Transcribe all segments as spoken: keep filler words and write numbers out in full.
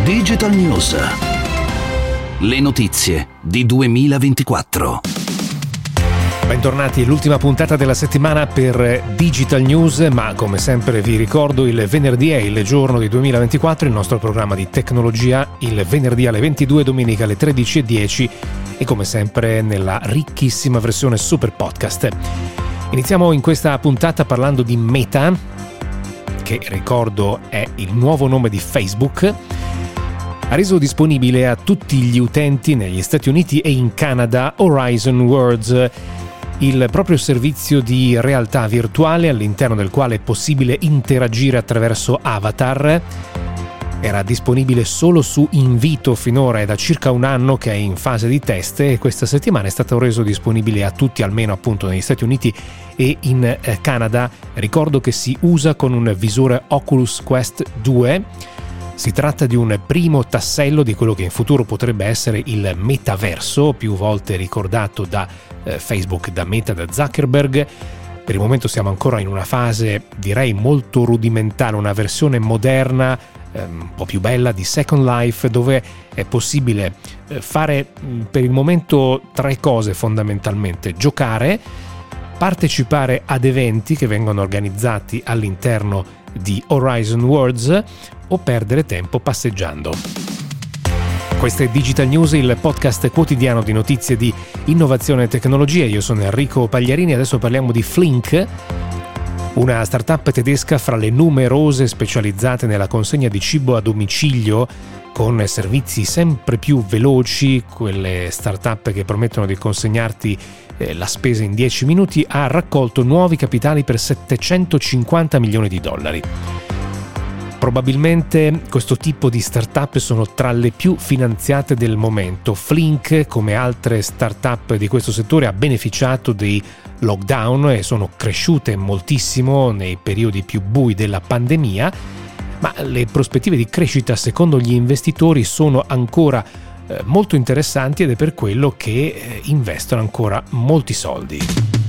Digital News. Le notizie di duemilaventiquattro. Bentornati, l'ultima puntata della settimana per Digital News, ma come sempre vi ricordo il venerdì è il giorno di duemilaventiquattro, il nostro programma di tecnologia, il venerdì alle ventidue, domenica alle tredici e dieci e come sempre nella ricchissima versione super podcast. Iniziamo in questa puntata parlando di Meta, che ricordo è il nuovo nome di Facebook. Ha reso disponibile a tutti gli utenti negli Stati Uniti e in Canada Horizon Worlds, il proprio servizio di realtà virtuale all'interno del quale è possibile interagire attraverso avatar. Era disponibile solo su invito finora, è da circa un anno che è in fase di test e questa settimana è stato reso disponibile a tutti, almeno appunto negli Stati Uniti e in Canada. Ricordo che si usa con un visore Oculus Quest due. Si tratta di un primo tassello di quello che in futuro potrebbe essere il metaverso, più volte ricordato da eh, Facebook, da Meta, da Zuckerberg. Per il momento siamo ancora in una fase, direi, molto rudimentale, una versione moderna, eh, un po' più bella di Second Life, dove è possibile eh, fare mh, per il momento tre cose fondamentalmente: giocare, partecipare ad eventi che vengono organizzati all'interno di Horizon Worlds o perdere tempo passeggiando. Questa è Digital News, il podcast quotidiano di notizie di innovazione e tecnologia. Io sono Enrico Pagliarini e adesso parliamo di Flink, una startup tedesca fra le numerose specializzate nella consegna di cibo a domicilio con servizi sempre più veloci, quelle startup che promettono di consegnarti eh, la spesa in dieci minuti. Ha raccolto nuovi capitali per settecentocinquanta milioni di dollari. Probabilmente questo tipo di startup sono tra le più finanziate del momento. Flink, come altre startup di questo settore, ha beneficiato dei lockdown e sono cresciute moltissimo nei periodi più bui della pandemia, ma le prospettive di crescita secondo gli investitori sono ancora eh, molto interessanti ed è per quello che eh, investono ancora molti soldi.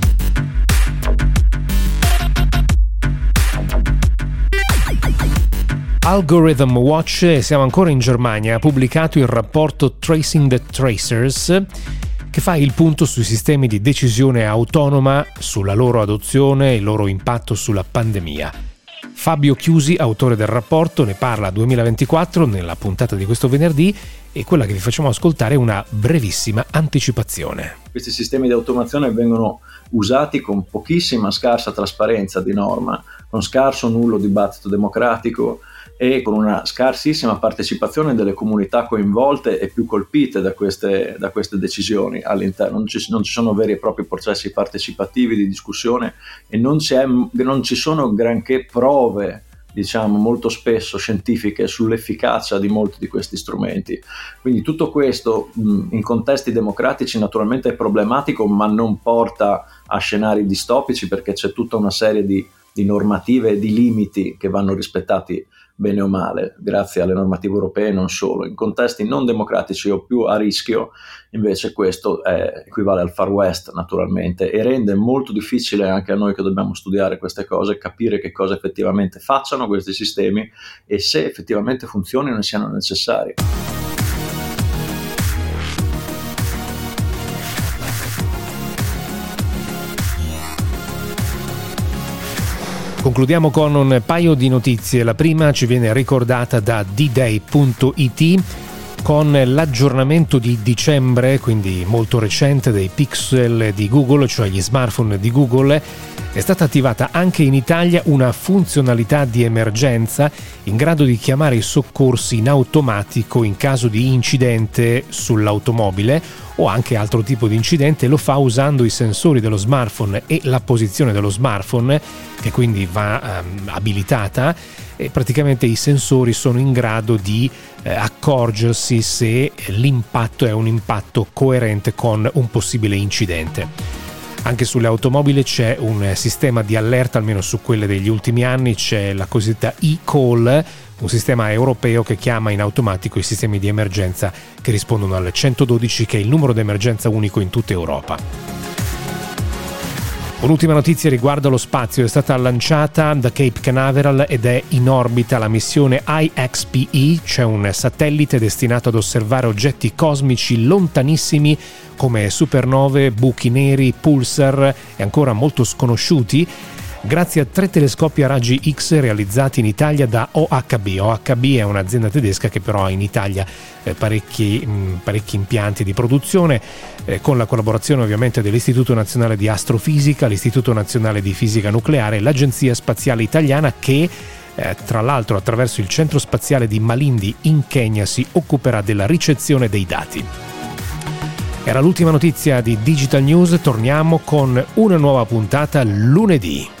Algorithm Watch, siamo ancora in Germania, ha pubblicato il rapporto Tracing the Tracers, che fa il punto sui sistemi di decisione autonoma, sulla loro adozione e il loro impatto sulla pandemia. Fabio Chiusi, autore del rapporto, ne parla duemilaventiquattro nella puntata di questo venerdì e quella che vi facciamo ascoltare è una brevissima anticipazione. Questi sistemi di automazione vengono usati con pochissima, scarsa trasparenza di norma, con scarso o nullo dibattito democratico e con una scarsissima partecipazione delle comunità coinvolte e più colpite da queste, da queste decisioni all'interno. Non ci, non ci sono veri e propri processi partecipativi di discussione e non, c'è, non ci sono granché prove, diciamo, molto spesso scientifiche sull'efficacia di molti di questi strumenti. Quindi tutto questo mh, in contesti democratici naturalmente è problematico, ma non porta a scenari distopici, perché c'è tutta una serie di, di normative e di limiti che vanno rispettati bene o male, grazie alle normative europee e non solo. In contesti non democratici o più a rischio, invece, questo è, equivale al Far West naturalmente e rende molto difficile anche a noi che dobbiamo studiare queste cose capire che cosa effettivamente facciano questi sistemi e se effettivamente funzionino e siano necessari. Concludiamo con un paio di notizie. La prima ci viene ricordata da D day punto it con l'aggiornamento di dicembre, quindi molto recente, dei Pixel di Google, cioè gli smartphone di Google. È stata attivata anche in Italia una funzionalità di emergenza in grado di chiamare i soccorsi in automatico in caso di incidente sull'automobile o anche altro tipo di incidente. Lo fa usando i sensori dello smartphone e la posizione dello smartphone, che quindi va um, abilitata, e praticamente i sensori sono in grado di eh, accorgersi se l'impatto è un impatto coerente con un possibile incidente. Anche sulle automobili c'è un sistema di allerta, almeno su quelle degli ultimi anni, c'è la cosiddetta e-call, un sistema europeo che chiama in automatico i sistemi di emergenza che rispondono al centododici, che è il numero d'emergenza unico in tutta Europa. Un'ultima notizia riguardo lo spazio: è stata lanciata da Cape Canaveral ed è in orbita la missione I X P E, cioè un satellite destinato ad osservare oggetti cosmici lontanissimi come supernove, buchi neri, pulsar e ancora molto sconosciuti, grazie a tre telescopi a raggi X realizzati in Italia da O H B. O H B è un'azienda tedesca che però ha in Italia eh, parecchi, mh, parecchi impianti di produzione, eh, con la collaborazione ovviamente dell'Istituto Nazionale di Astrofisica, l'Istituto Nazionale di Fisica Nucleare e l'Agenzia Spaziale Italiana, che eh, tra l'altro attraverso il centro spaziale di Malindi in Kenya si occuperà della ricezione dei dati. Era l'ultima notizia di Digital News, torniamo con una nuova puntata lunedì.